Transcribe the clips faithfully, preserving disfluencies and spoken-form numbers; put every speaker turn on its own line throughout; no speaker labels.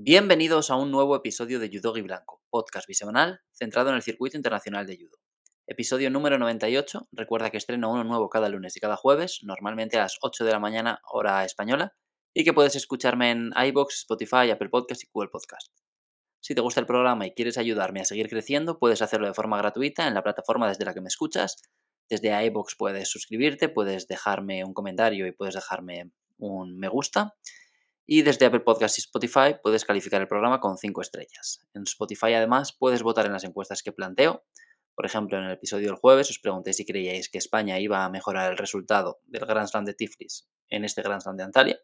Bienvenidos a un nuevo episodio de Judogi Blanco, podcast bisemanal centrado en el circuito internacional de judo. Episodio número noventa y ocho, recuerda que estreno uno nuevo cada lunes y cada jueves, normalmente a las ocho de la mañana hora española, y que puedes escucharme en iVoox, Spotify, Apple Podcast y Google Podcast. Si te gusta el programa y quieres ayudarme a seguir creciendo, puedes hacerlo de forma gratuita en la plataforma desde la que me escuchas. Desde iVoox puedes suscribirte, puedes dejarme un comentario y puedes dejarme un me gusta. Y desde Apple Podcasts y Spotify puedes calificar el programa con cinco estrellas. En Spotify además puedes votar en las encuestas que planteo. Por ejemplo, en el episodio del jueves os pregunté si creíais que España iba a mejorar el resultado del Grand Slam de Tiflis en este Grand Slam de Antalya.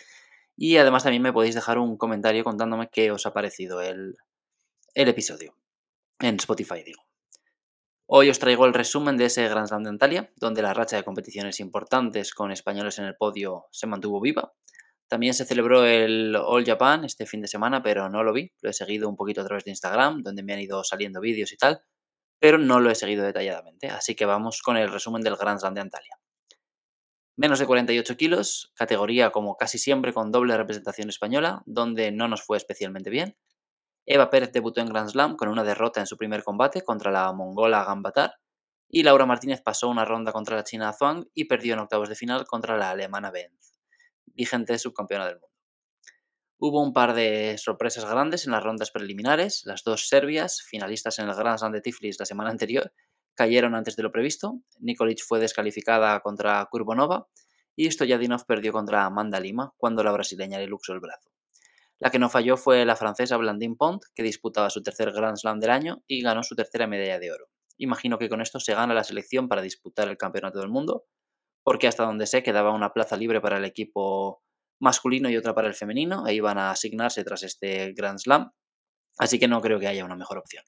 Y además también me podéis dejar un comentario contándome qué os ha parecido el, el episodio. En Spotify, digo. Hoy os traigo el resumen de ese Grand Slam de Antalya, donde la racha de competiciones importantes con españoles en el podio se mantuvo viva. También se celebró el All Japan este fin de semana, pero no lo vi. Lo he seguido un poquito a través de Instagram, donde me han ido saliendo vídeos y tal, pero no lo he seguido detalladamente. Así que vamos con el resumen del Grand Slam de Antalya. Menos de cuarenta y ocho kilos, categoría como casi siempre con doble representación española, donde no nos fue especialmente bien. Eva Pérez debutó en Grand Slam con una derrota en su primer combate contra la mongola Gambatar, y Laura Martínez pasó una ronda contra la china Zhuang y perdió en octavos de final contra la alemana Benz, vigente subcampeona del mundo. Hubo un par de sorpresas grandes en las rondas preliminares. Las dos serbias, finalistas en el Grand Slam de Tiflis la semana anterior, cayeron antes de lo previsto. Nikolic fue descalificada contra Kurbonova y Stojadinov perdió contra Amanda Lima cuando la brasileña le luxó el brazo. La que no falló fue la francesa Blandine Pont, que disputaba su tercer Grand Slam del año y ganó su tercera medalla de oro. Imagino que con esto se gana la selección para disputar el Campeonato del Mundo, porque hasta donde sé quedaba una plaza libre para el equipo masculino y otra para el femenino, e iban a asignarse tras este Grand Slam, así que no creo que haya una mejor opción.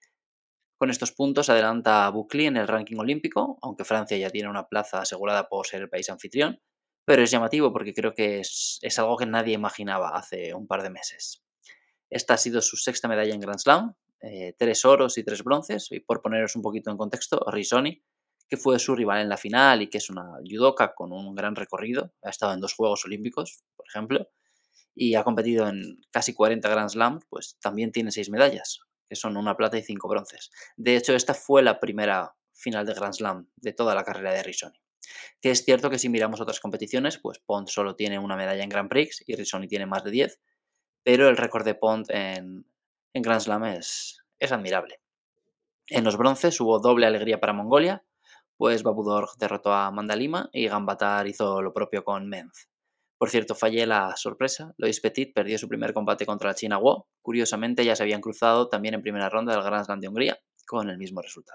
Con estos puntos adelanta a Buckley en el ranking olímpico, aunque Francia ya tiene una plaza asegurada por ser el país anfitrión, pero es llamativo porque creo que es, es algo que nadie imaginaba hace un par de meses. Esta ha sido su sexta medalla en Grand Slam, eh, tres oros y tres bronces, y por poneros un poquito en contexto, Risoni, que fue su rival en la final y que es una judoka con un gran recorrido, ha estado en dos Juegos Olímpicos, por ejemplo, y ha competido en casi cuarenta Grand Slam, pues también tiene seis medallas, que son una plata y cinco bronces. De hecho, esta fue la primera final de Grand Slam de toda la carrera de Risoni. Que es cierto que si miramos otras competiciones, pues Pont solo tiene una medalla en Grand Prix y Risoni tiene más de diez, pero el récord de Pont en, en Grand Slam es, es admirable. En los bronces hubo doble alegría para Mongolia, pues Babudor derrotó a Amanda Lima y Gambatar hizo lo propio con Menz. Por cierto, fallé la sorpresa. Lois Petit perdió su primer combate contra la china Guo. Curiosamente, ya se habían cruzado también en primera ronda del Grand Slam de Hungría, con el mismo resultado.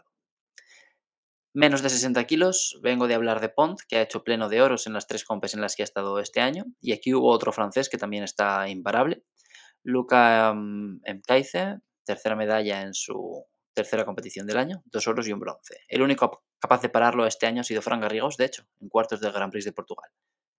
Menos de sesenta kilos, vengo de hablar de Pont, que ha hecho pleno de oros en las tres compes en las que ha estado este año, y aquí hubo otro francés que también está imparable, Luca um, Mkaize, tercera medalla en su tercera competición del año, dos oros y un bronce. El único capaz de pararlo este año ha sido Fran Garrigós, de hecho, en cuartos del Grand Prix de Portugal.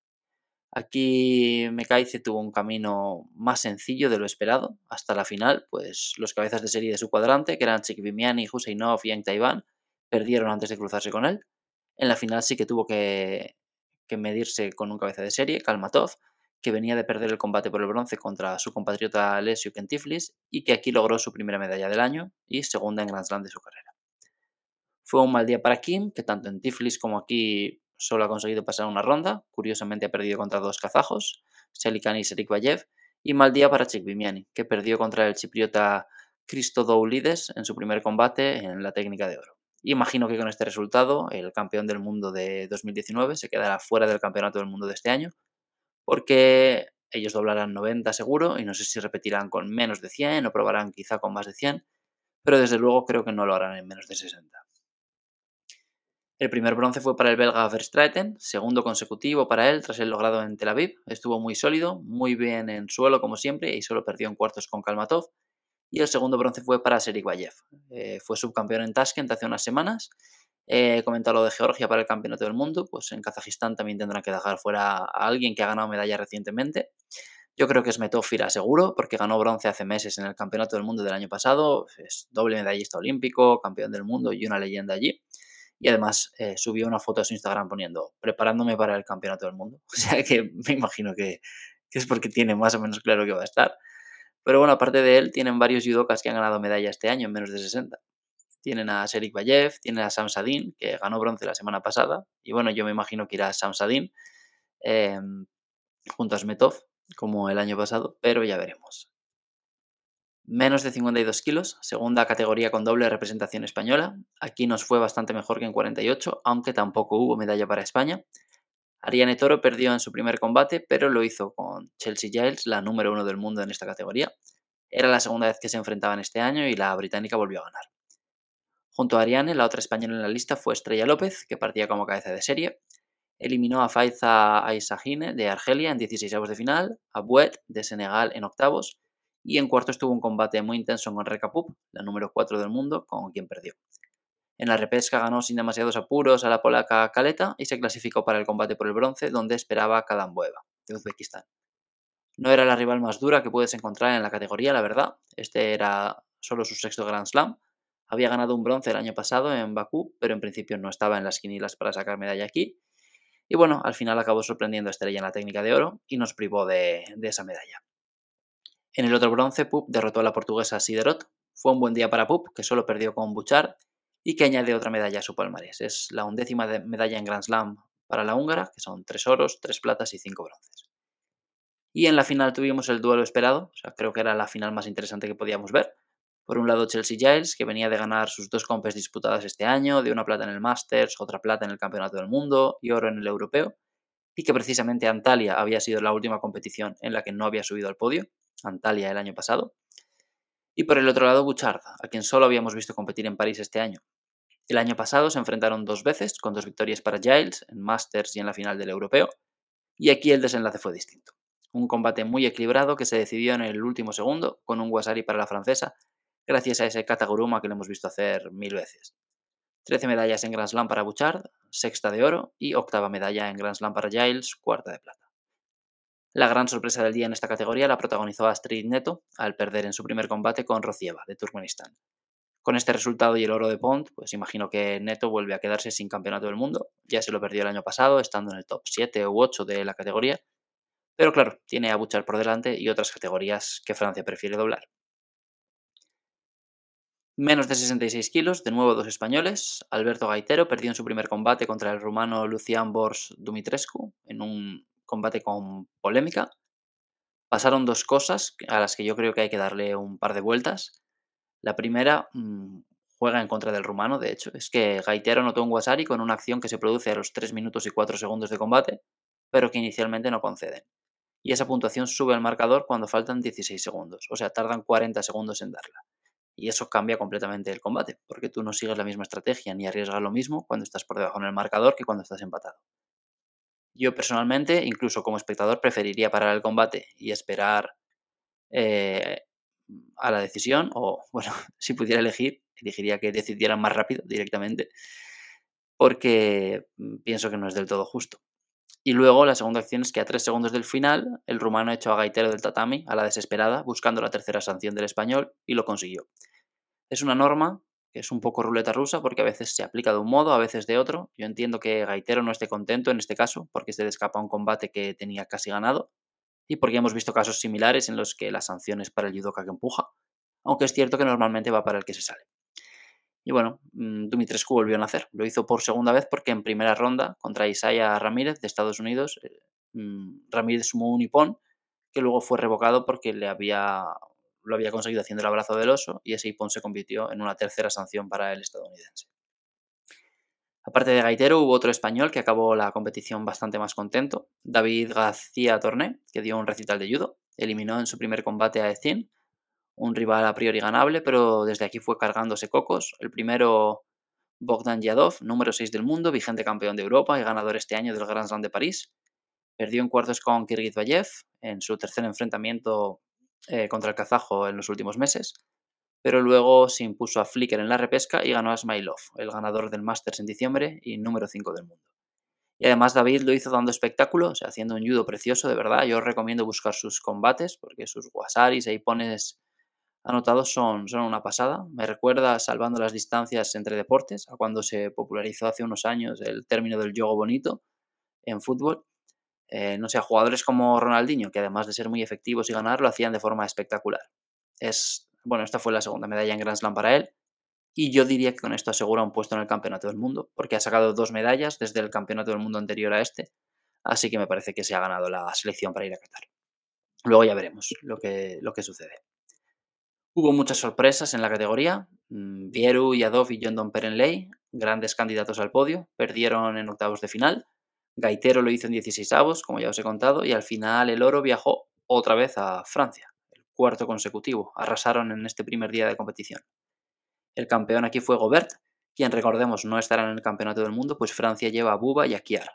Aquí Mekaize tuvo un camino más sencillo de lo esperado. Hasta la final, pues los cabezas de serie de su cuadrante, que eran Chikvimiani, Huseinov y Eng Taiwan, perdieron antes de cruzarse con él. En la final sí que tuvo que, que medirse con un cabeza de serie, Kalmatov, que venía de perder el combate por el bronce contra su compatriota Lesiuk en Tiflis y que aquí logró su primera medalla del año y segunda en Grand Slam de su carrera. Fue un mal día para Kim, que tanto en Tiflis como aquí solo ha conseguido pasar una ronda. Curiosamente ha perdido contra dos kazajos, Selikan y Serikbayev, y mal día para Chikvimiani, que perdió contra el chipriota Christodoulides en su primer combate en la técnica de oro. Imagino que con este resultado el campeón del mundo de dos mil diecinueve se quedará fuera del campeonato del mundo de este año, porque ellos doblarán noventa seguro y no sé si repetirán con menos de cien o probarán quizá con más de cien, pero desde luego creo que no lo harán en menos de sesenta. El primer bronce fue para el belga Verstraeten, segundo consecutivo para él tras el logrado en Tel Aviv. Estuvo muy sólido, muy bien en suelo como siempre y solo perdió en cuartos con Kalmatov. Y el segundo bronce fue para Serikbayev. Eh, fue subcampeón en Tashkent hace unas semanas. He eh, comentado lo de Georgia para el Campeonato del Mundo, pues en Kazajistán también tendrán que dejar fuera a alguien que ha ganado medalla recientemente. Yo creo que es Metófira seguro, porque ganó bronce hace meses en el Campeonato del Mundo del año pasado. Es doble medallista olímpico, campeón del mundo y una leyenda allí. Y además eh, subió una foto a su Instagram poniendo preparándome para el Campeonato del Mundo. O sea que me imagino que, que es porque tiene más o menos claro que va a estar. Pero bueno, aparte de él, tienen varios judokas que han ganado medalla este año en menos de sesenta. Tienen a Serik Bayev, tienen a Sam Sadin, que ganó bronce la semana pasada. Y bueno, yo me imagino que irá Sam Sadin eh, junto a Smetov, como el año pasado, pero ya veremos. Menos de cincuenta y dos kilos, segunda categoría con doble representación española. Aquí nos fue bastante mejor que en cuarenta y ocho, aunque tampoco hubo medalla para España. Ariane Toro perdió en su primer combate, pero lo hizo con Chelsea Giles, la número uno del mundo en esta categoría. Era la segunda vez que se enfrentaban este año y la británica volvió a ganar. Junto a Ariane, la otra española en la lista fue Estrella López, que partía como cabeza de serie. Eliminó a Faiza Aissagine de Argelia en dieciseisavos de final, a Bouet de Senegal en octavos, y en cuartos tuvo un combate muy intenso con Reka Pup, la número cuatro del mundo, con quien perdió. En la repesca ganó sin demasiados apuros a la polaca Kaleta y se clasificó para el combate por el bronce, donde esperaba a Kadambueva, de Uzbekistán. No era la rival más dura que puedes encontrar en la categoría, la verdad. Este era solo su sexto Grand Slam. Había ganado un bronce el año pasado en Bakú, pero en principio no estaba en las quinilas para sacar medalla aquí. Y bueno, al final acabó sorprendiendo a Estrella en la técnica de oro y nos privó de, de esa medalla. En el otro bronce, Pup derrotó a la portuguesa Siderot. Fue un buen día para Pup, que solo perdió con Bouchard y que añade otra medalla a su palmarés. Es la undécima medalla en Grand Slam para la húngara, que son tres oros, tres platas y cinco bronces. Y en la final tuvimos el duelo esperado, o sea, creo que era la final más interesante que podíamos ver. Por un lado Chelsea Giles, que venía de ganar sus dos compes disputadas este año, de una plata en el Masters, otra plata en el Campeonato del Mundo y oro en el Europeo, y que precisamente Antalya había sido la última competición en la que no había subido al podio, Antalya el año pasado. Y por el otro lado Bouchard, a quien solo habíamos visto competir en París este año. El año pasado se enfrentaron dos veces, con dos victorias para Giles, en Masters y en la final del Europeo, y aquí el desenlace fue distinto. Un combate muy equilibrado que se decidió en el último segundo, con un Wasari para la francesa, gracias a ese Kataguruma que le hemos visto hacer mil veces. trece medallas en Grand Slam para Bouchard, sexta de oro, y octava medalla en Grand Slam para Giles, cuarta de plata. La gran sorpresa del día en esta categoría la protagonizó Astrid Neto al perder en su primer combate con Rocieva, de Turkmenistán. Con este resultado y el oro de Pont, pues imagino que Neto vuelve a quedarse sin campeonato del mundo. Ya se lo perdió el año pasado, estando en el top siete u ocho de la categoría. Pero claro, tiene a Bouchard por delante y otras categorías que Francia prefiere doblar. Menos de sesenta y seis kilos, de nuevo dos españoles. Alberto Gaitero perdió en su primer combate contra el rumano Lucian Bors Dumitrescu, en un combate con polémica. Pasaron dos cosas a las que yo creo que hay que darle un par de vueltas. La primera mmm, juega en contra del rumano, de hecho, es que Gaitero notó un Wasari con una acción que se produce a los tres minutos y cuatro segundos de combate, pero que inicialmente no conceden. Y esa puntuación sube al marcador cuando faltan dieciséis segundos, o sea, tardan cuarenta segundos en darla. Y eso cambia completamente el combate, porque tú no sigues la misma estrategia ni arriesgas lo mismo cuando estás por debajo en el marcador que cuando estás empatado. Yo personalmente, incluso como espectador, preferiría parar el combate y esperar eh, a la decisión, o bueno, si pudiera elegir, elegiría que decidieran más rápido directamente, porque pienso que no es del todo justo. Y luego la segunda acción es que a tres segundos del final, el rumano echó a Gaitero del tatami a la desesperada, buscando la tercera sanción del español, y lo consiguió. Es una norma que es un poco ruleta rusa porque a veces se aplica de un modo, a veces de otro. Yo entiendo que Gaitero no esté contento en este caso porque se le escapa un combate que tenía casi ganado y porque hemos visto casos similares en los que la sanción es para el judoka que empuja, aunque es cierto que normalmente va para el que se sale. Y bueno, Dumitrescu volvió a nacer. Lo hizo por segunda vez porque en primera ronda contra Isaiah Ramírez de Estados Unidos, eh, Ramírez sumó un hipón que luego fue revocado porque le había, lo había conseguido haciendo el abrazo del oso y ese hipón se convirtió en una tercera sanción para el estadounidense. Aparte de Gaitero, hubo otro español que acabó la competición bastante más contento, David García Torné, que dio un recital de judo. Eliminó en su primer combate a Ezin, un rival a priori ganable, pero desde aquí fue cargándose cocos. El primero, Bogdan Yadov, número seis del mundo, vigente campeón de Europa y ganador este año del Grand Slam de París. Perdió en cuartos con Kirguizbayev en su tercer enfrentamiento eh, contra el kazajo en los últimos meses, pero luego se impuso a Flicker en la repesca y ganó a Smailov, el ganador del Masters en diciembre y número cinco del mundo. Y además David lo hizo dando espectáculo, o sea, haciendo un judo precioso, de verdad. Yo os recomiendo buscar sus combates porque sus wasaris e pones anotados son, son una pasada. Me recuerda, salvando las distancias entre deportes, a cuando se popularizó hace unos años el término del juego bonito en fútbol. Eh, no sé, a jugadores como Ronaldinho, que además de ser muy efectivos y ganar, lo hacían de forma espectacular. Es, bueno, esta fue la segunda medalla en Grand Slam para él, y yo diría que con esto asegura un puesto en el Campeonato del Mundo, porque ha sacado dos medallas desde el Campeonato del Mundo anterior a este, así que me parece que se ha ganado la selección para ir a Qatar. Luego ya veremos lo que, lo que sucede. Hubo muchas sorpresas en la categoría. mm, Bieru, Yadov y Jondon Perenley, grandes candidatos al podio, perdieron en octavos de final. Gaitero lo hizo en dieciseisavos, como ya os he contado, y al final el oro viajó otra vez a Francia, el cuarto consecutivo. Arrasaron en este primer día de competición. El campeón aquí fue Gobert, quien recordemos no estará en el Campeonato del Mundo, pues Francia lleva a Buba y a Kiar.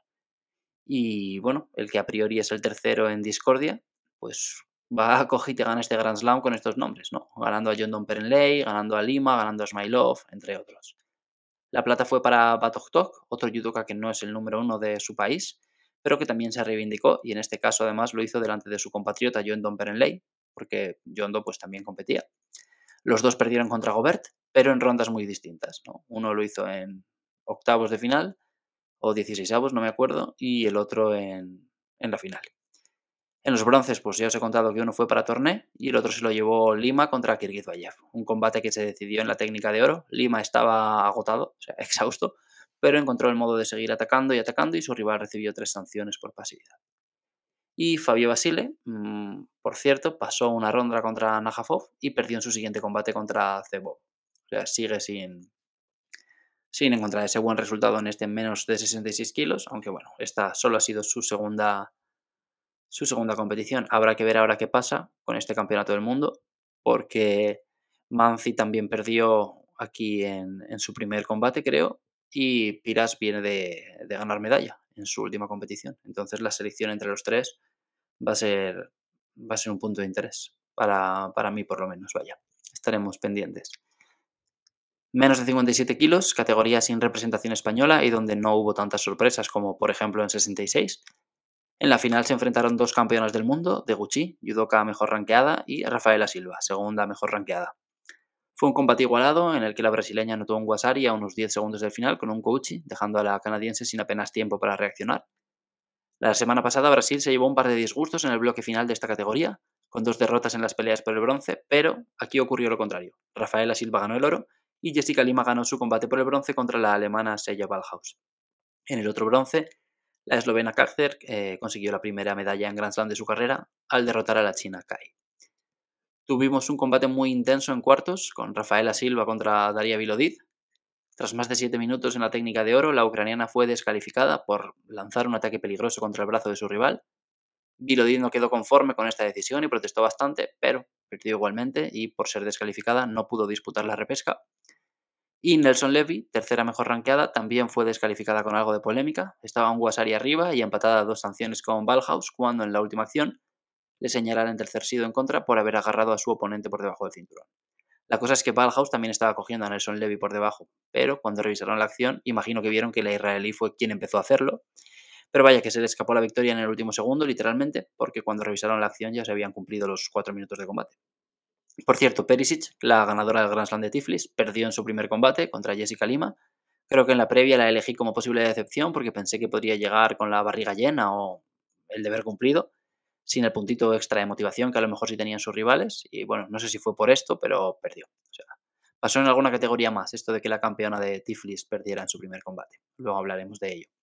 Y bueno, el que a priori es el tercero en discordia, pues va a coger y te gana este Grand Slam con estos nombres, ¿no? Ganando a Jondon Perenley, ganando a Lima, ganando a Smailov, entre otros. La plata fue para Batoktok, otro judoka que no es el número uno de su país, pero que también se reivindicó y en este caso además lo hizo delante de su compatriota Jondon Perenley, porque Jondo pues también competía. Los dos perdieron contra Gobert, pero en rondas muy distintas, ¿no? Uno lo hizo en octavos de final o dieciseisavos, no me acuerdo, y el otro en, en la final. En los bronces, pues ya os he contado que uno fue para Torné y el otro se lo llevó Lima contra Kirguizbayev. Un combate que se decidió en la técnica de oro. Lima estaba agotado, o sea, exhausto, pero encontró el modo de seguir atacando y atacando y su rival recibió tres sanciones por pasividad. Y Fabio Basile, mmm, por cierto, pasó una ronda contra Najafov y perdió en su siguiente combate contra Zebov. O sea, sigue sin, sin encontrar ese buen resultado en este menos de sesenta y seis kilos, aunque bueno, esta solo ha sido su segunda, su segunda competición. Habrá que ver ahora qué pasa con este campeonato del mundo, porque Manzi también perdió aquí en, en su primer combate, creo, y Piras viene de, de ganar medalla en su última competición. Entonces la selección entre los tres va a ser, va a ser un punto de interés, para, para mí por lo menos, vaya. Estaremos pendientes. Menos de cincuenta y siete kilos, categoría sin representación española y donde no hubo tantas sorpresas como por ejemplo en sesenta y seis. En la final se enfrentaron dos campeonas del mundo, Deguchi, judoka mejor ranqueada, y Rafaela Silva, segunda mejor ranqueada. Fue un combate igualado en el que la brasileña anotó un wasari a unos diez segundos del final con un kouchi, dejando a la canadiense sin apenas tiempo para reaccionar. La semana pasada Brasil se llevó un par de disgustos en el bloque final de esta categoría, con dos derrotas en las peleas por el bronce, pero aquí ocurrió lo contrario. Rafaela Silva ganó el oro y Jessica Lima ganó su combate por el bronce contra la alemana Seja Ballhaus. En el otro bronce, la eslovena Kaczer eh, consiguió la primera medalla en Grand Slam de su carrera al derrotar a la china Kai. Tuvimos un combate muy intenso en cuartos, con Rafaela Silva contra Daria Vilodid. Tras más de siete minutos en la técnica de oro, la ucraniana fue descalificada por lanzar un ataque peligroso contra el brazo de su rival. Vilodid no quedó conforme con esta decisión y protestó bastante, pero perdió igualmente y por ser descalificada no pudo disputar la repesca. Y Nelson Levy, tercera mejor ranqueada, también fue descalificada con algo de polémica. Estaba un Wasari arriba y empatada a dos sanciones con Ballhaus cuando en la última acción le señalaron el tercer sido en contra por haber agarrado a su oponente por debajo del cinturón. La cosa es que Ballhaus también estaba cogiendo a Nelson Levy por debajo, pero cuando revisaron la acción, imagino que vieron que la israelí fue quien empezó a hacerlo. Pero vaya que se le escapó la victoria en el último segundo, literalmente, porque cuando revisaron la acción ya se habían cumplido los cuatro minutos de combate. Por cierto, Perisic, la ganadora del Grand Slam de Tiflis, perdió en su primer combate contra Jessica Lima. Creo que en la previa la elegí como posible decepción porque pensé que podría llegar con la barriga llena o el deber cumplido, sin el puntito extra de motivación que a lo mejor sí tenían sus rivales. Y bueno, no sé si fue por esto, pero perdió. O sea, pasó en alguna categoría más esto de que la campeona de Tiflis perdiera en su primer combate. Luego hablaremos de ello.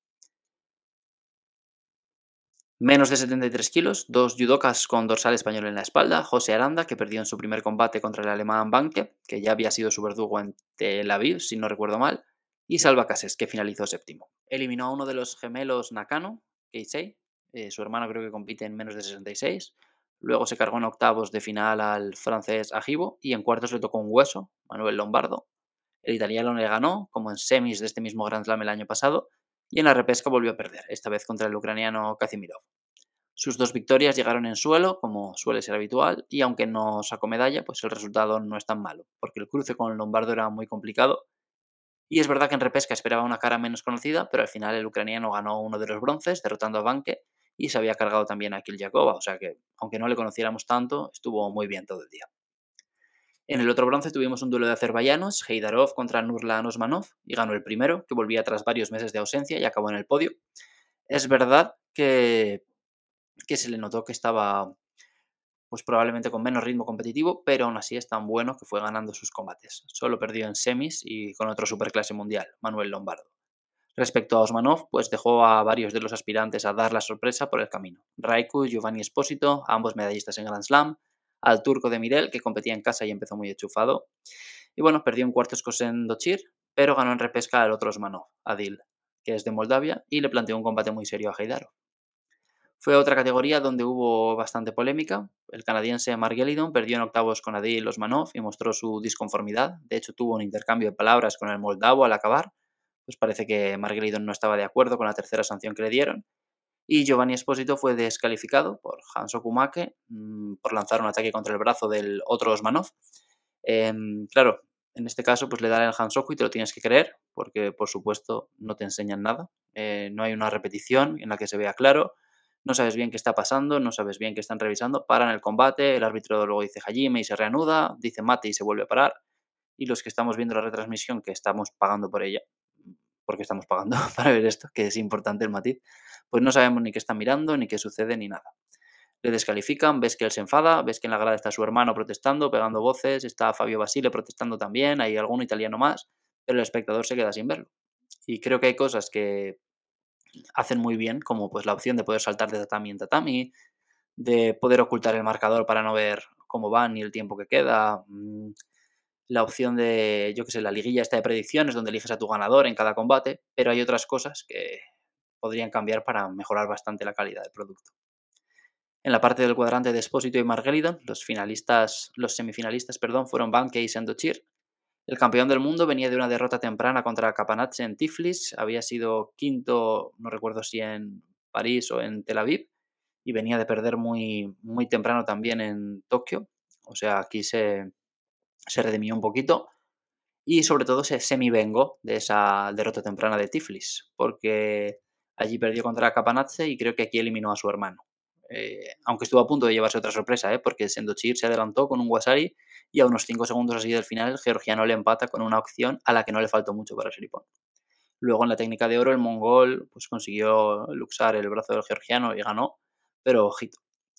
Menos de setenta y tres kilos, dos judokas con dorsal español en la espalda, José Aranda, que perdió en su primer combate contra el alemán Banke, que ya había sido su verdugo en Tel Aviv, si no recuerdo mal, y Salva Cases, que finalizó séptimo. Eliminó a uno de los gemelos Nakano, Keisei, eh, su hermano creo que compite en menos de sesenta y seis, luego se cargó en octavos de final al francés Ajibo, y en cuartos le tocó un hueso, Manuel Lombardo. El italiano le ganó, como en semis de este mismo Grand Slam el año pasado, y en la repesca volvió a perder, esta vez contra el ucraniano Kazimirov. Sus dos victorias llegaron en suelo, como suele ser habitual, y aunque no sacó medalla, pues el resultado no es tan malo, porque el cruce con Lombardo era muy complicado. Y es verdad que en repesca esperaba una cara menos conocida, pero al final el ucraniano ganó uno de los bronces, derrotando a Banke, y se había cargado también a Kiljakova, o sea que, aunque no le conociéramos tanto, estuvo muy bien todo el día. En el otro bronce tuvimos un duelo de azerbaiyanos, Heidarov contra Nurlan Osmanov, y ganó el primero, que volvía tras varios meses de ausencia y acabó en el podio. Es verdad que que se le notó que estaba pues probablemente con menos ritmo competitivo, pero aún así es tan bueno que fue ganando sus combates. Solo perdió en semis y con otro superclase mundial, Manuel Lombardo. Respecto a Osmanov, pues dejó a varios de los aspirantes a dar la sorpresa por el camino. Raiku, Giovanni Espósito, ambos medallistas en Grand Slam, al turco de Mirel, que competía en casa y empezó muy enchufado. Y bueno, perdió en cuartos con Dochir, pero ganó en repesca al otro Osmanov, Adil, que es de Moldavia, y le planteó un combate muy serio a Heidaro. Fue otra categoría donde hubo bastante polémica. El canadiense Mark Gelidon perdió en octavos con Adil Osmanov y mostró su disconformidad. De hecho, tuvo un intercambio de palabras con el moldavo al acabar. Pues parece que Mark Gelidon no estaba de acuerdo con la tercera sanción que le dieron. Y Giovanni Esposito fue descalificado por Hanso Kumake mmm, por lanzar un ataque contra el brazo del otro Osmanov. Eh, claro, en este caso pues le dan el Hansoku y te lo tienes que creer, porque por supuesto no te enseñan nada. Eh, no hay una repetición en la que se vea claro. No sabes bien qué está pasando, no sabes bien qué están revisando, paran el combate, el árbitro luego dice Hajime y se reanuda, dice mate y se vuelve a parar, y los que estamos viendo la retransmisión, que estamos pagando por ella, porque estamos pagando para ver esto, que es importante el matiz, pues no sabemos ni qué están mirando, ni qué sucede, ni nada. Le descalifican, ves que él se enfada, ves que en la grada está su hermano protestando, pegando voces, está Fabio Basile protestando también, hay algún italiano más, pero el espectador se queda sin verlo. Y creo que hay cosas que hacen muy bien, como pues la opción de poder saltar de tatami en tatami, de poder ocultar el marcador para no ver cómo van ni el tiempo que queda, mmm, la opción de, yo qué sé, la liguilla esta de predicciones donde eliges a tu ganador en cada combate, pero hay otras cosas que podrían cambiar para mejorar bastante la calidad del producto. En la parte del cuadrante de Espósito y Margelidon, los finalistas, los semifinalistas, perdón, fueron Banke y Sendochir. El campeón del mundo venía de una derrota temprana contra Kapanadze en Tiflis, había sido quinto, no recuerdo si en París o en Tel Aviv, y venía de perder muy, muy temprano también en Tokio, o sea, aquí se, se redimió un poquito, y sobre todo se semi-vengó de esa derrota temprana de Tiflis, porque allí perdió contra Kapanadze y creo que aquí eliminó a su hermano. Eh, aunque estuvo a punto de llevarse otra sorpresa, ¿eh? Porque Sendochir se adelantó con un Wasari y a unos cinco segundos así del final el georgiano le empata con una opción a la que no le faltó mucho para ser hipón. Luego en la técnica de oro el mongol pues consiguió luxar el brazo del georgiano y ganó, pero ojito.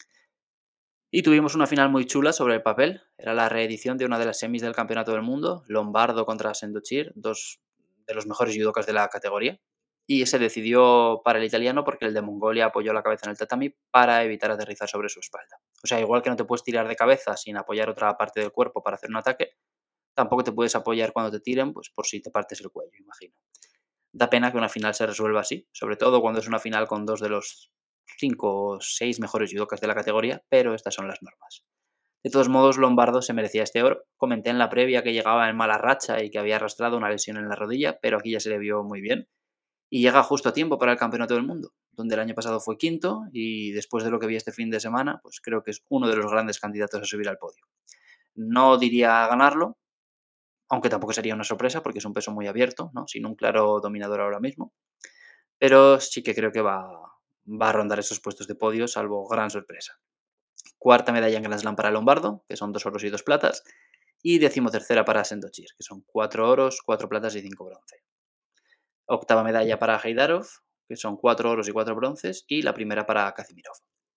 Y tuvimos una final muy chula sobre el papel. Era la reedición de una de las semis del Campeonato del Mundo, Lombardo contra Sendochir, dos de los mejores judokas de la categoría. Y se decidió para el italiano porque el de Mongolia apoyó la cabeza en el tatami para evitar aterrizar sobre su espalda. O sea, igual que no te puedes tirar de cabeza sin apoyar otra parte del cuerpo para hacer un ataque, tampoco te puedes apoyar cuando te tiren, pues por si te partes el cuello, imagino. Da pena que una final se resuelva así, sobre todo cuando es una final con dos de los cinco o seis mejores judokas de la categoría, pero estas son las normas. De todos modos, Lombardo se merecía este oro. Comenté en la previa que llegaba en mala racha y que había arrastrado una lesión en la rodilla, pero aquí ya se le vio muy bien. Y llega justo a tiempo para el Campeonato del Mundo, donde el año pasado fue quinto y después de lo que vi este fin de semana, pues creo que es uno de los grandes candidatos a subir al podio. No diría ganarlo, aunque tampoco sería una sorpresa porque es un peso muy abierto, ¿no? Sin un claro dominador ahora mismo, pero sí que creo que va, va a rondar esos puestos de podio, salvo gran sorpresa. Cuarta medalla en Grand Slam para Lombardo, que son dos oros y dos platas, y decimotercera para Sendochir, que son cuatro oros, cuatro platas y cinco bronce. Octava medalla para Heidarov, que son cuatro oros y cuatro bronces, y la primera para Kazimirov.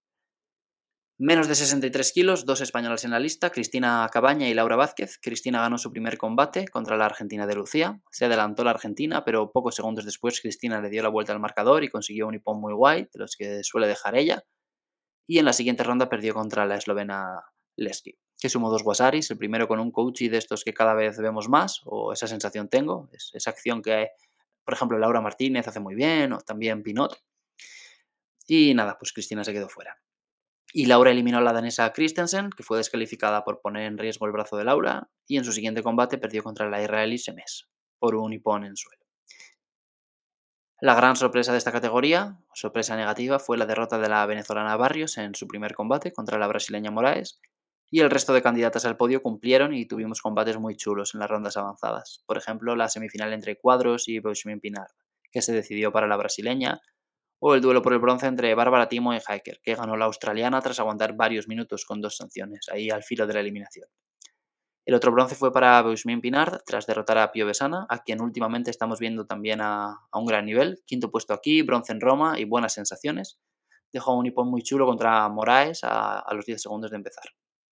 Menos de sesenta y tres kilos, dos españolas en la lista, Cristina Cabaña y Laura Vázquez. Cristina ganó su primer combate contra la argentina de Lucía. Se adelantó la argentina, pero pocos segundos después Cristina le dio la vuelta al marcador y consiguió un hipón muy guay, de los que suele dejar ella. Y en la siguiente ronda perdió contra la eslovena Leski, que sumó dos wasaris, el primero con un kouchi de estos que cada vez vemos más, o esa sensación tengo, es esa acción que, por ejemplo, Laura Martínez hace muy bien, o también Pinot. Y nada, pues Cristina se quedó fuera. Y Laura eliminó a la danesa Christensen, que fue descalificada por poner en riesgo el brazo de Laura, y en su siguiente combate perdió contra la israelí Semes, por un hipón en suelo. La gran sorpresa de esta categoría, sorpresa negativa, fue la derrota de la venezolana Barrios en su primer combate contra la brasileña Moraes, y el resto de candidatas al podio cumplieron y tuvimos combates muy chulos en las rondas avanzadas. Por ejemplo, la semifinal entre Cuadros y Boixmin Pinar, que se decidió para la brasileña, o el duelo por el bronce entre Bárbara Timo y Hiker, que ganó la australiana tras aguantar varios minutos con dos sanciones, ahí al filo de la eliminación. El otro bronce fue para Boixmin Pinard, tras derrotar a Pio Besana, a quien últimamente estamos viendo también a, a un gran nivel. Quinto puesto aquí, bronce en Roma y buenas sensaciones. dejó un ippon muy chulo contra Moraes a, a los diez segundos de empezar.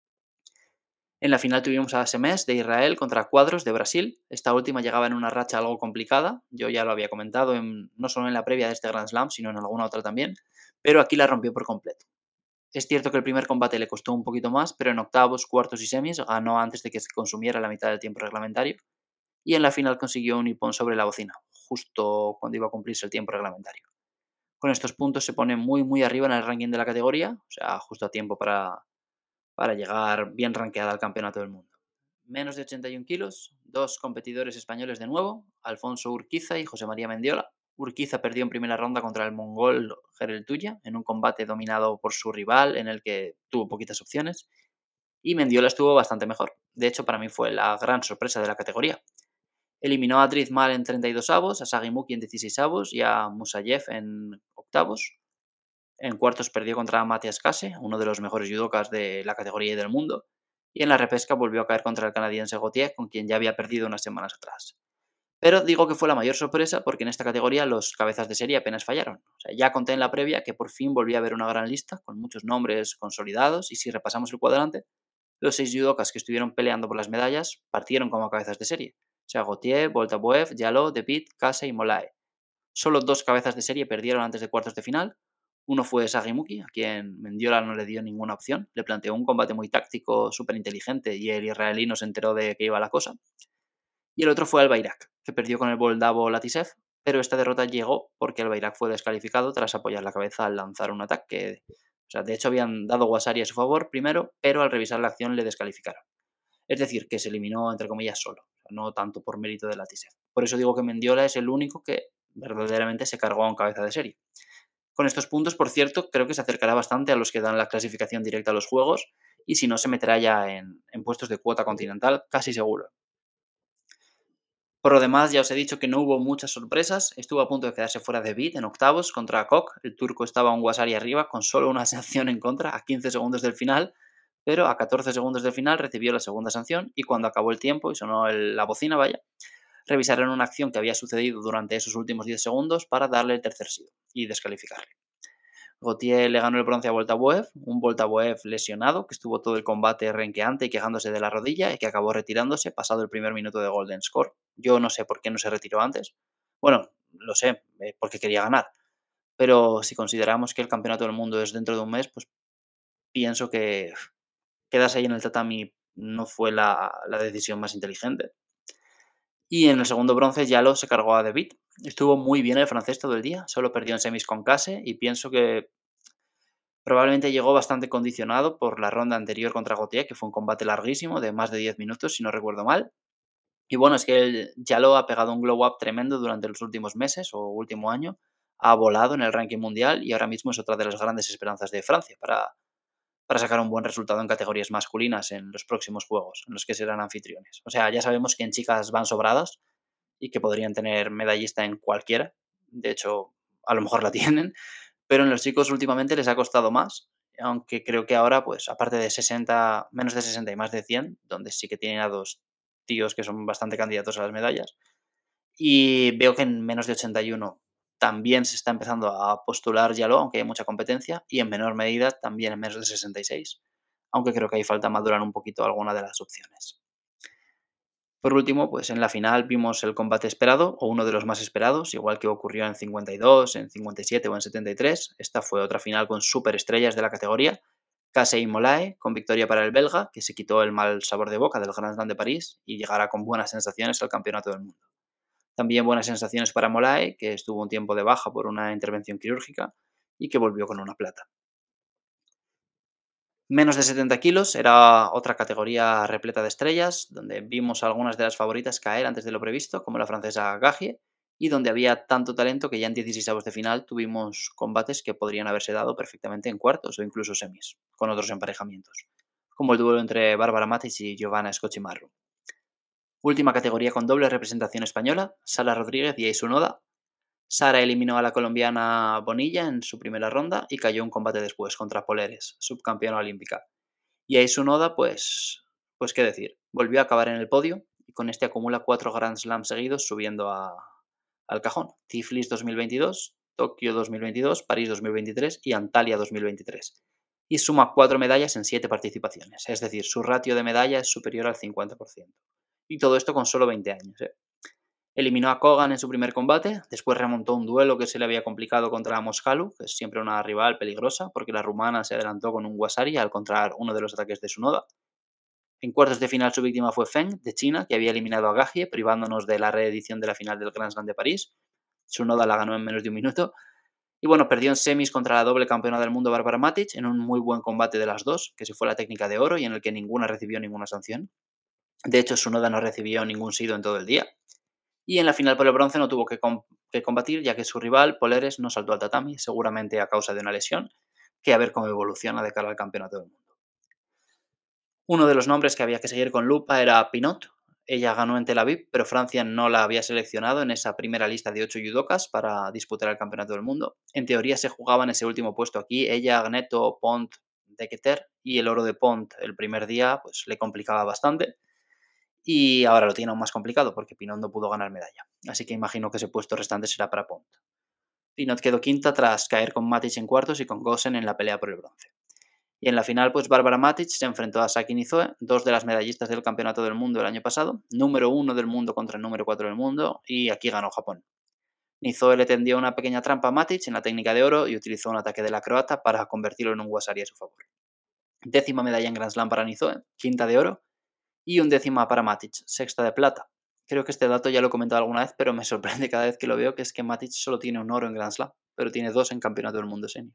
En la final tuvimos a Semes de Israel contra Cuadros de Brasil. Esta última llegaba en una racha algo complicada. Yo ya lo había comentado, en, no solo en la previa de este Grand Slam, sino en alguna otra también. Pero aquí la rompió por completo. Es cierto que el primer combate le costó un poquito más, pero en octavos, cuartos y semis ganó antes de que se consumiera la mitad del tiempo reglamentario. Y en la final consiguió un ippon sobre la bocina, justo cuando iba a cumplirse el tiempo reglamentario. Con estos puntos se pone muy muy arriba en el ranking de la categoría, o sea, justo a tiempo para, para llegar bien rankeada al campeonato del mundo. Menos de ochenta y un kilos, dos competidores españoles de nuevo, Alfonso Urquiza y José María Mendiola. Urquiza perdió en primera ronda contra el mongol Gerel Tuya en un combate dominado por su rival en el que tuvo poquitas opciones, y Mendiola estuvo bastante mejor. De hecho, para mí fue la gran sorpresa de la categoría. Eliminó a Drizmal en treinta y dos avos, a Sagimuki en dieciséis avos y a Musayev en octavos. En cuartos perdió contra Matías Kase, uno de los mejores judokas de la categoría y del mundo. Y en la repesca volvió a caer contra el canadiense Gauthier, con quien ya había perdido unas semanas atrás. Pero digo que fue la mayor sorpresa porque en esta categoría los cabezas de serie apenas fallaron. O sea, ya conté en la previa que por fin volví a ver una gran lista con muchos nombres consolidados, y si repasamos el cuadrante, los seis judokas que estuvieron peleando por las medallas partieron como cabezas de serie. O sea, Gauthier, Boltabuev, Yaló, Depit, Kase y Molae. Solo dos cabezas de serie perdieron antes de cuartos de final. Uno fue Sagimuki, a quien Mendiola no le dio ninguna opción. Le planteó un combate muy táctico, súper inteligente, y el israelí no se enteró de qué iba la cosa. Y el otro fue Albayrak, que perdió con el Moldavo Latisev, pero esta derrota llegó porque Albayrak fue descalificado tras apoyar la cabeza al lanzar un ataque. O sea, de hecho habían dado Wasari a su favor primero, pero al revisar la acción le descalificaron. Es decir, que se eliminó, entre comillas, solo, no tanto por mérito de Latisev. Por eso digo que Mendiola es el único que verdaderamente se cargó a un cabeza de serie. Con estos puntos, por cierto, creo que se acercará bastante a los que dan la clasificación directa a los juegos, y si no, se meterá ya en, en puestos de cuota continental, casi seguro. Por lo demás, ya os he dicho que no hubo muchas sorpresas. Estuvo a punto de quedarse fuera de beat en octavos contra Kok. El turco estaba un Wasari arriba con solo una sanción en contra a quince segundos del final, pero a catorce segundos del final recibió la segunda sanción, y cuando acabó el tiempo y sonó el, la bocina, vaya, revisaron una acción que había sucedido durante esos últimos diez segundos para darle el tercer sido y descalificarle. Gauthier le ganó el bronce a Boltabuev, un Boltabuev lesionado que estuvo todo el combate renqueante y quejándose de la rodilla, y que acabó retirándose pasado el primer minuto de Golden Score. Yo no sé por qué no se retiró antes. Bueno, lo sé, eh, porque quería ganar. Pero si consideramos que el campeonato del mundo es dentro de un mes, pues pienso que quedarse ahí en el tatami no fue la, la decisión más inteligente. Y en el segundo bronce Yalo se cargó a De Witt. Estuvo muy bien el francés todo el día, solo perdió en semis con Kase, y pienso que probablemente llegó bastante condicionado por la ronda anterior contra Gauthier, que fue un combate larguísimo, de más de diez minutos, si no recuerdo mal. Y bueno, es que el Yalo ha pegado un glow up tremendo durante los últimos meses o último año. Ha volado en el ranking mundial y ahora mismo es otra de las grandes esperanzas de Francia para, para sacar un buen resultado en categorías masculinas en los próximos juegos, en los que serán anfitriones. O sea, ya sabemos que en chicas van sobradas y que podrían tener medallista en cualquiera. De hecho, a lo mejor la tienen, pero en los chicos últimamente les ha costado más, aunque creo que ahora, pues aparte de sesenta, menos de sesenta y más de cien, donde sí que tienen a dos tíos que son bastante candidatos a las medallas, y veo que en menos de ochenta y uno también se está empezando a postular Yaló, aunque hay mucha competencia, y en menor medida también en menos de sesenta y seis, aunque creo que ahí falta madurar un poquito alguna de las opciones. Por último, pues en la final vimos el combate esperado, o uno de los más esperados, igual que ocurrió en cincuenta y dos, en cincuenta y siete o en setenta y tres. Esta fue otra final con superestrellas de la categoría. Kase y Molae, con victoria para el belga, que se quitó el mal sabor de boca del Grand Slam de París y llegará con buenas sensaciones al Campeonato del Mundo. También buenas sensaciones para Molae, que estuvo un tiempo de baja por una intervención quirúrgica y que volvió con una plata. Menos de setenta kilos era otra categoría repleta de estrellas, donde vimos a algunas de las favoritas caer antes de lo previsto, como la francesa Gagie, y donde había tanto talento que ya en dieciséis avos de final tuvimos combates que podrían haberse dado perfectamente en cuartos o incluso semis, con otros emparejamientos, como el duelo entre Bárbara Matic y Giovanna Scocchimarro. Última categoría con doble representación española, Sara Rodríguez y Aisu Noda. Sara eliminó a la colombiana Bonilla en su primera ronda y cayó un combate después contra Poleres, subcampeona olímpica. Y Aisu Noda, pues, pues qué decir, volvió a acabar en el podio y con este acumula cuatro Grand Slams seguidos subiendo a, al cajón. Tiflis dos mil veintidós, Tokio dos mil veintidós, París dos mil veintitrés y Antalya dos mil veintitrés. Y suma cuatro medallas en siete participaciones, es decir, su ratio de medalla es superior al cincuenta por ciento. Y todo esto con solo veinte años. ¿eh? Eliminó a Kogan en su primer combate, después remontó un duelo que se le había complicado contra Moskalu, que es siempre una rival peligrosa, porque la rumana se adelantó con un wasari al contrar uno de los ataques de Tsunoda. En cuartos de final su víctima fue Feng, de China, que había eliminado a Gajie, privándonos de la reedición de la final del Grand Slam de París. Tsunoda la ganó en menos de un minuto. Y bueno, perdió en semis contra la doble campeona del mundo Barbara Matic, en un muy buen combate de las dos, que se fue la técnica de oro y en el que ninguna recibió ninguna sanción. De hecho, Tsunoda no recibió ningún sido en todo el día. Y en la final por el bronce no tuvo que, com- que combatir, ya que su rival, Poleres, no saltó al tatami, seguramente a causa de una lesión, que a ver cómo evoluciona de cara al campeonato del mundo. Uno de los nombres que había que seguir con lupa era Pinot. Ella ganó en Tel Aviv, pero Francia no la había seleccionado en esa primera lista de ocho judokas para disputar el campeonato del mundo. En teoría se jugaban ese último puesto aquí, ella, Agneto, Pont, Deketer, y el oro de Pont el primer día pues le complicaba bastante. Y ahora lo tiene aún más complicado porque Pinot no pudo ganar medalla. Así que imagino que ese puesto restante será para Pont. Pinot quedó quinta tras caer con Matic en cuartos y con Gosen en la pelea por el bronce. Y en la final, pues Barbara Matic se enfrentó a Saki Nizoe, dos de las medallistas del Campeonato del Mundo el año pasado, número uno del mundo contra el número cuatro del mundo, y aquí ganó Japón. Nizoe le tendió una pequeña trampa a Matic en la técnica de oro y utilizó un ataque de la croata para convertirlo en un wasari a su favor. Décima medalla en Grand Slam para Nizoe, quinta de oro, y un décima para Matic, sexta de plata. Creo que este dato ya lo he comentado alguna vez, pero me sorprende cada vez que lo veo, que es que Matic solo tiene un oro en Grand Slam, pero tiene dos en Campeonato del Mundo Senior.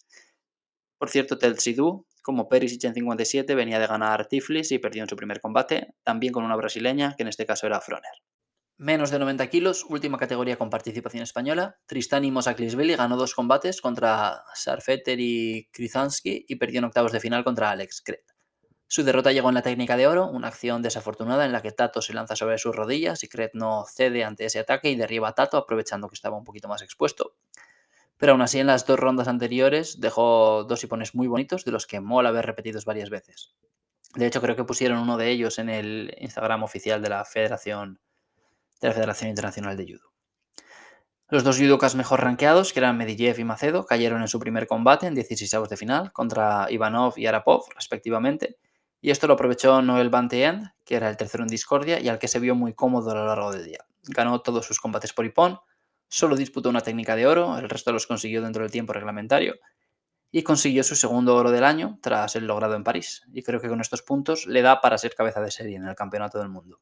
Por cierto, Tel Sidhu, como Perisic en cincuenta y siete, venía de ganar Tiflis y perdió en su primer combate, también con una brasileña, que en este caso era Froner. Menos de noventa kilos, última categoría con participación española. Tristani Mosaklisvili ganó dos combates contra Sarfeter y Krizansky y perdió en octavos de final contra Alex Kret. Su derrota llegó en la técnica de oro, una acción desafortunada en la que Tato se lanza sobre sus rodillas y Kret no cede ante ese ataque y derriba a Tato aprovechando que estaba un poquito más expuesto. Pero aún así en las dos rondas anteriores dejó dos hipones muy bonitos de los que mola ver repetidos varias veces. De hecho, creo que pusieron uno de ellos en el Instagram oficial de la Federación, de la Federación Internacional de Judo. Los dos judokas mejor rankeados, que eran Medvedev y Macedo, cayeron en su primer combate en dieciseisavos de final contra Ivanov y Arapov, respectivamente, y esto lo aprovechó Noel Van Teen, que era el tercero en discordia y al que se vio muy cómodo a lo largo del día. Ganó todos sus combates por hipón, solo disputó una técnica de oro, el resto los consiguió dentro del tiempo reglamentario, y consiguió su segundo oro del año tras el logrado en París, y creo que con estos puntos le da para ser cabeza de serie en el Campeonato del Mundo.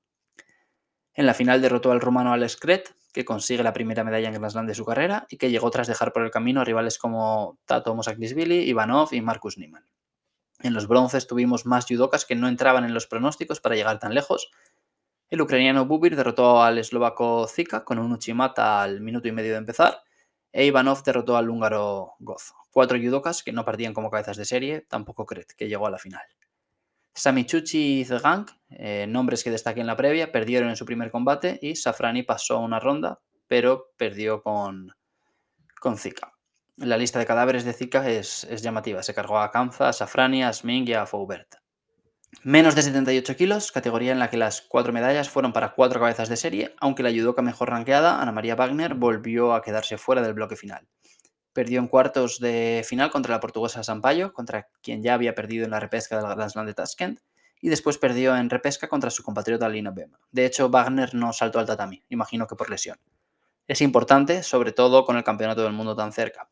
En la final derrotó al rumano Alex Kret, que consigue la primera medalla en Grand Slam de su carrera y que llegó tras dejar por el camino a rivales como Tato Mosaklisvili, Ivanov y Marcus Niemann. En los bronces tuvimos más judokas que no entraban en los pronósticos para llegar tan lejos. El ucraniano Bubir derrotó al eslovaco Zika con un uchimata al minuto y medio de empezar, e Ivanov derrotó al húngaro Goz. Cuatro judokas que no partían como cabezas de serie, tampoco Kret, que llegó a la final. Samichuchi y Zegang, eh, nombres que destaqué en la previa, perdieron en su primer combate y Safrani pasó a una ronda, pero perdió con, con Zika. La lista de cadáveres de Zika es, es llamativa. Se cargó a Kamza, a Safrani, a Sming y a Foubert. Menos de setenta y ocho kilos, categoría en la que las cuatro medallas fueron para cuatro cabezas de serie, aunque la judoka mejor rankeada, Ana María Wagner, volvió a quedarse fuera del bloque final. Perdió en cuartos de final contra la portuguesa Sampaio, contra quien ya había perdido en la repesca del Grand Slam de Tashkent, y después perdió en repesca contra su compatriota Lina Bem. De hecho, Wagner no saltó al tatami, imagino que por lesión. Es importante, sobre todo con el campeonato del mundo tan cerca.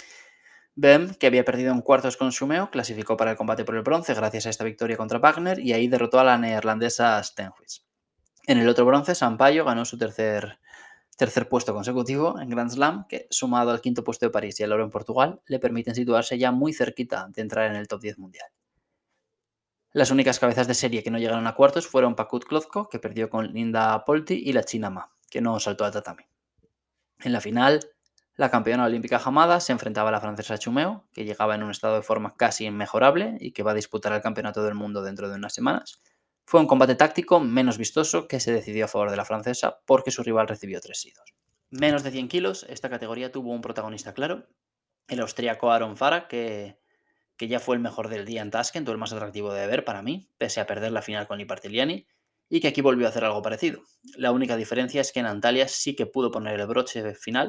Bem, que había perdido en cuartos con Shumeo, clasificó para el combate por el bronce gracias a esta victoria contra Wagner y ahí derrotó a la neerlandesa Stenhuis. En el otro bronce, Sampaio ganó su tercer Tercer puesto consecutivo en Grand Slam, que sumado al quinto puesto de París y al oro en Portugal, le permiten situarse ya muy cerquita de entrar en el top diez mundial. Las únicas cabezas de serie que no llegaron a cuartos fueron Pakut Klozko, que perdió con Linda Polti, y la china Ma, que no saltó al tatami. En la final, la campeona olímpica Hamada se enfrentaba a la francesa Chumeo, que llegaba en un estado de forma casi inmejorable y que va a disputar el campeonato del mundo dentro de unas semanas. Fue un combate táctico menos vistoso que se decidió a favor de la francesa porque su rival recibió tres sidos. Menos de cien kilos, esta categoría tuvo un protagonista claro, el austríaco Aaron Farah, que, que ya fue el mejor del día en Tashkent, o el más atractivo de ver para mí, pese a perder la final con Lipartiliani, y que aquí volvió a hacer algo parecido. La única diferencia es que en Antalya sí que pudo poner el broche final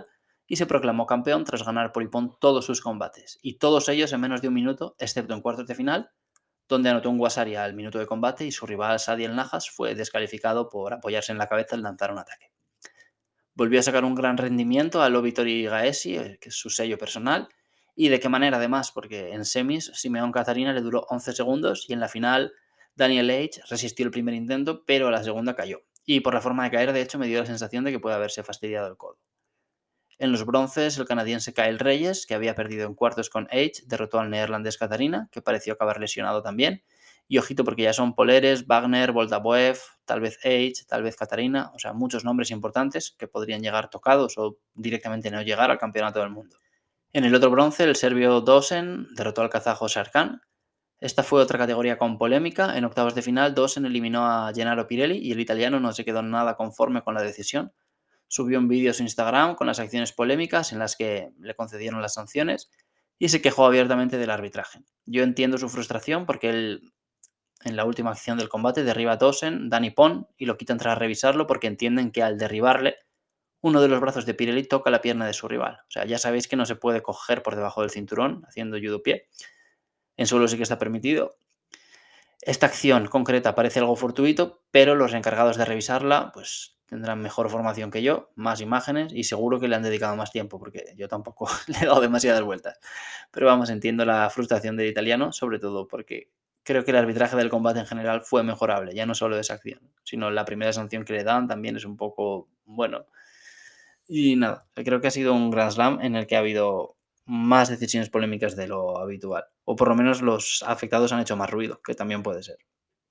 y se proclamó campeón tras ganar por ippon todos sus combates, y todos ellos en menos de un minuto, excepto en cuartos de final, donde anotó un wasari al minuto de combate y su rival Sadiel Najas fue descalificado por apoyarse en la cabeza al lanzar un ataque. Volvió a sacar un gran rendimiento a Lovitori Gaesi, que es su sello personal, y de qué manera además, porque en semis Simeón Catarina le duró once segundos y en la final Daniel H. resistió el primer intento, pero a la segunda cayó. Y por la forma de caer, de hecho, me dio la sensación de que puede haberse fastidiado el codo. En los bronces, el canadiense Kyle Reyes, que había perdido en cuartos con H, derrotó al neerlandés Catarina, que pareció acabar lesionado también. Y ojito porque ya son Poleres, Wagner, Voltabuev, tal vez H, tal vez Catarina, o sea, muchos nombres importantes que podrían llegar tocados o directamente no llegar al campeonato del mundo. En el otro bronce, el serbio Dosen derrotó al kazajo Sarkan. Esta fue otra categoría con polémica. En octavos de final, Dosen eliminó a Gennaro Pirelli y el italiano no se quedó nada conforme con la decisión. Subió un vídeo a su Instagram con las acciones polémicas en las que le concedieron las sanciones y se quejó abiertamente del arbitraje. Yo entiendo su frustración porque él, en la última acción del combate, derriba a Dosen, da nippon y lo quitan tras revisarlo porque entienden que al derribarle, uno de los brazos de Pirelli toca la pierna de su rival. O sea, ya sabéis que no se puede coger por debajo del cinturón haciendo judo pie. En suelo sí que está permitido. Esta acción concreta parece algo fortuito, pero los encargados de revisarla pues tendrán mejor formación que yo, más imágenes y seguro que le han dedicado más tiempo porque yo tampoco le he dado demasiadas vueltas. Pero vamos, entiendo la frustración del italiano, sobre todo porque creo que el arbitraje del combate en general fue mejorable, ya no solo de esa acción, sino la primera sanción que le dan también es un poco, bueno. Y nada, creo que ha sido un Grand Slam en el que ha habido más decisiones polémicas de lo habitual. O por lo menos los afectados han hecho más ruido, que también puede ser.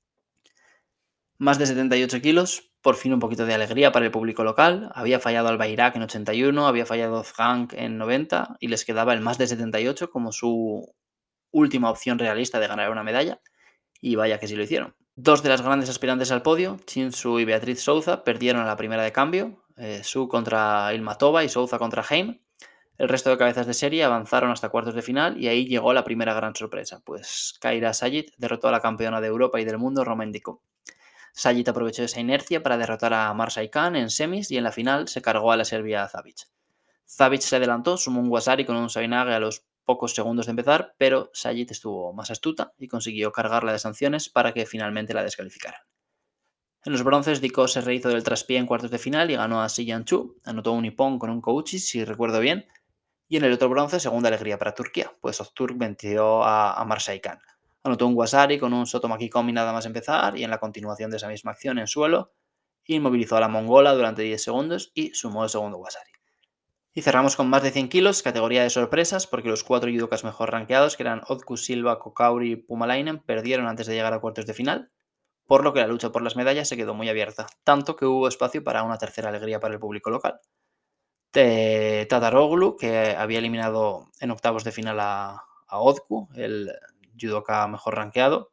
Más de setenta y ocho kilos, por fin un poquito de alegría para el público local. Había fallado al Bayrak en ochenta y uno, había fallado Frank en noventa y les quedaba el más de setenta y ocho como su última opción realista de ganar una medalla. Y vaya que sí lo hicieron. Dos de las grandes aspirantes al podio, Chin Su y Beatriz Souza, perdieron a la primera de cambio. Eh, Su contra Ilmatova y Souza contra Heim. El resto de cabezas de serie avanzaron hasta cuartos de final y ahí llegó la primera gran sorpresa, pues Kaira Sayit derrotó a la campeona de Europa y del mundo Romain Dico. Sayit aprovechó esa inercia para derrotar a Marsai Khan en semis y en la final se cargó a la serbia Zavic. Zavic se adelantó, sumó un wasari con un sabinage a los pocos segundos de empezar, pero Sayit estuvo más astuta y consiguió cargarla de sanciones para que finalmente la descalificaran. En los bronces, Dico se rehizo del traspié en cuartos de final y ganó a Si Yan-chu, anotó un ippon con un kouchi, si recuerdo bien. Y en el otro bronce, segunda alegría para Turquía, pues Öztürk venció a, a Marsai Khan. Anotó un wasari con un sotomaki komi nada más empezar y en la continuación de esa misma acción en suelo, inmovilizó a la mongola durante diez segundos y sumó el segundo wasari. Y cerramos con más de cien kilos, categoría de sorpresas, porque los cuatro judokas mejor rankeados, que eran Otku, Silva, Kokauri y Pumalainen, perdieron antes de llegar a cuartos de final, por lo que la lucha por las medallas se quedó muy abierta, tanto que hubo espacio para una tercera alegría para el público local. Tataroglu, que había eliminado en octavos de final a, a Otku, el judoka mejor rankeado,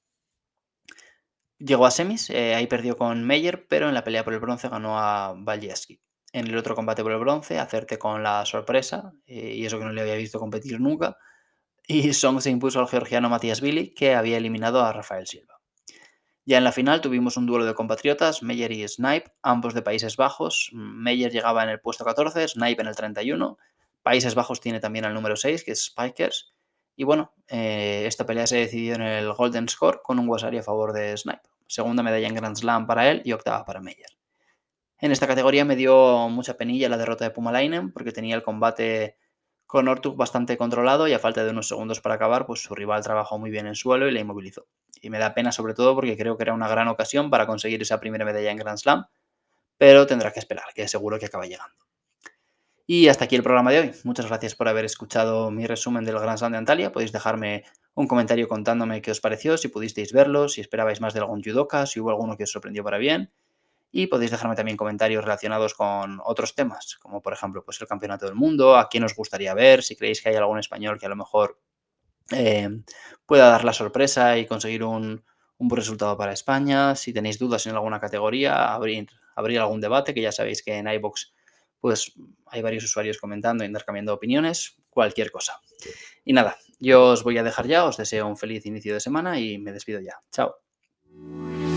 llegó a semis, eh, ahí perdió con Meyer, pero en la pelea por el bronce ganó a Valjeski. En el otro combate por el bronce, acerté con la sorpresa, eh, y eso que no le había visto competir nunca, y Song se impuso al georgiano Matías Billy, que había eliminado a Rafael Silva. Ya en la final tuvimos un duelo de compatriotas, Meyer y Snipe, ambos de Países Bajos. Meyer llegaba en el puesto catorce, Snipe en el treinta y uno. Países Bajos tiene también al número seis, que es Spikers. Y bueno, eh, esta pelea se decidió en el Golden Score con un wasari a favor de Snipe. Segunda medalla en Grand Slam para él y octava para Meyer. En esta categoría me dio mucha penilla la derrota de Pumalainen porque tenía el combate con Ortug bastante controlado y a falta de unos segundos para acabar, pues su rival trabajó muy bien en suelo y le inmovilizó. Y me da pena sobre todo porque creo que era una gran ocasión para conseguir esa primera medalla en Grand Slam, pero tendrá que esperar, que seguro que acaba llegando. Y hasta aquí el programa de hoy. Muchas gracias por haber escuchado mi resumen del Grand Slam de Antalya. Podéis dejarme un comentario contándome qué os pareció, si pudisteis verlo, si esperabais más de algún judoka, si hubo alguno que os sorprendió para bien. Y podéis dejarme también comentarios relacionados con otros temas, como por ejemplo pues el Campeonato del Mundo, a quién os gustaría ver, si creéis que hay algún español que a lo mejor eh, pueda dar la sorpresa y conseguir un, un buen resultado para España. Si tenéis dudas en alguna categoría, abrir, abrir algún debate, que ya sabéis que en iVoox pues, hay varios usuarios comentando e intercambiando opiniones, cualquier cosa. Y nada, yo os voy a dejar ya, os deseo un feliz inicio de semana y me despido ya. Chao.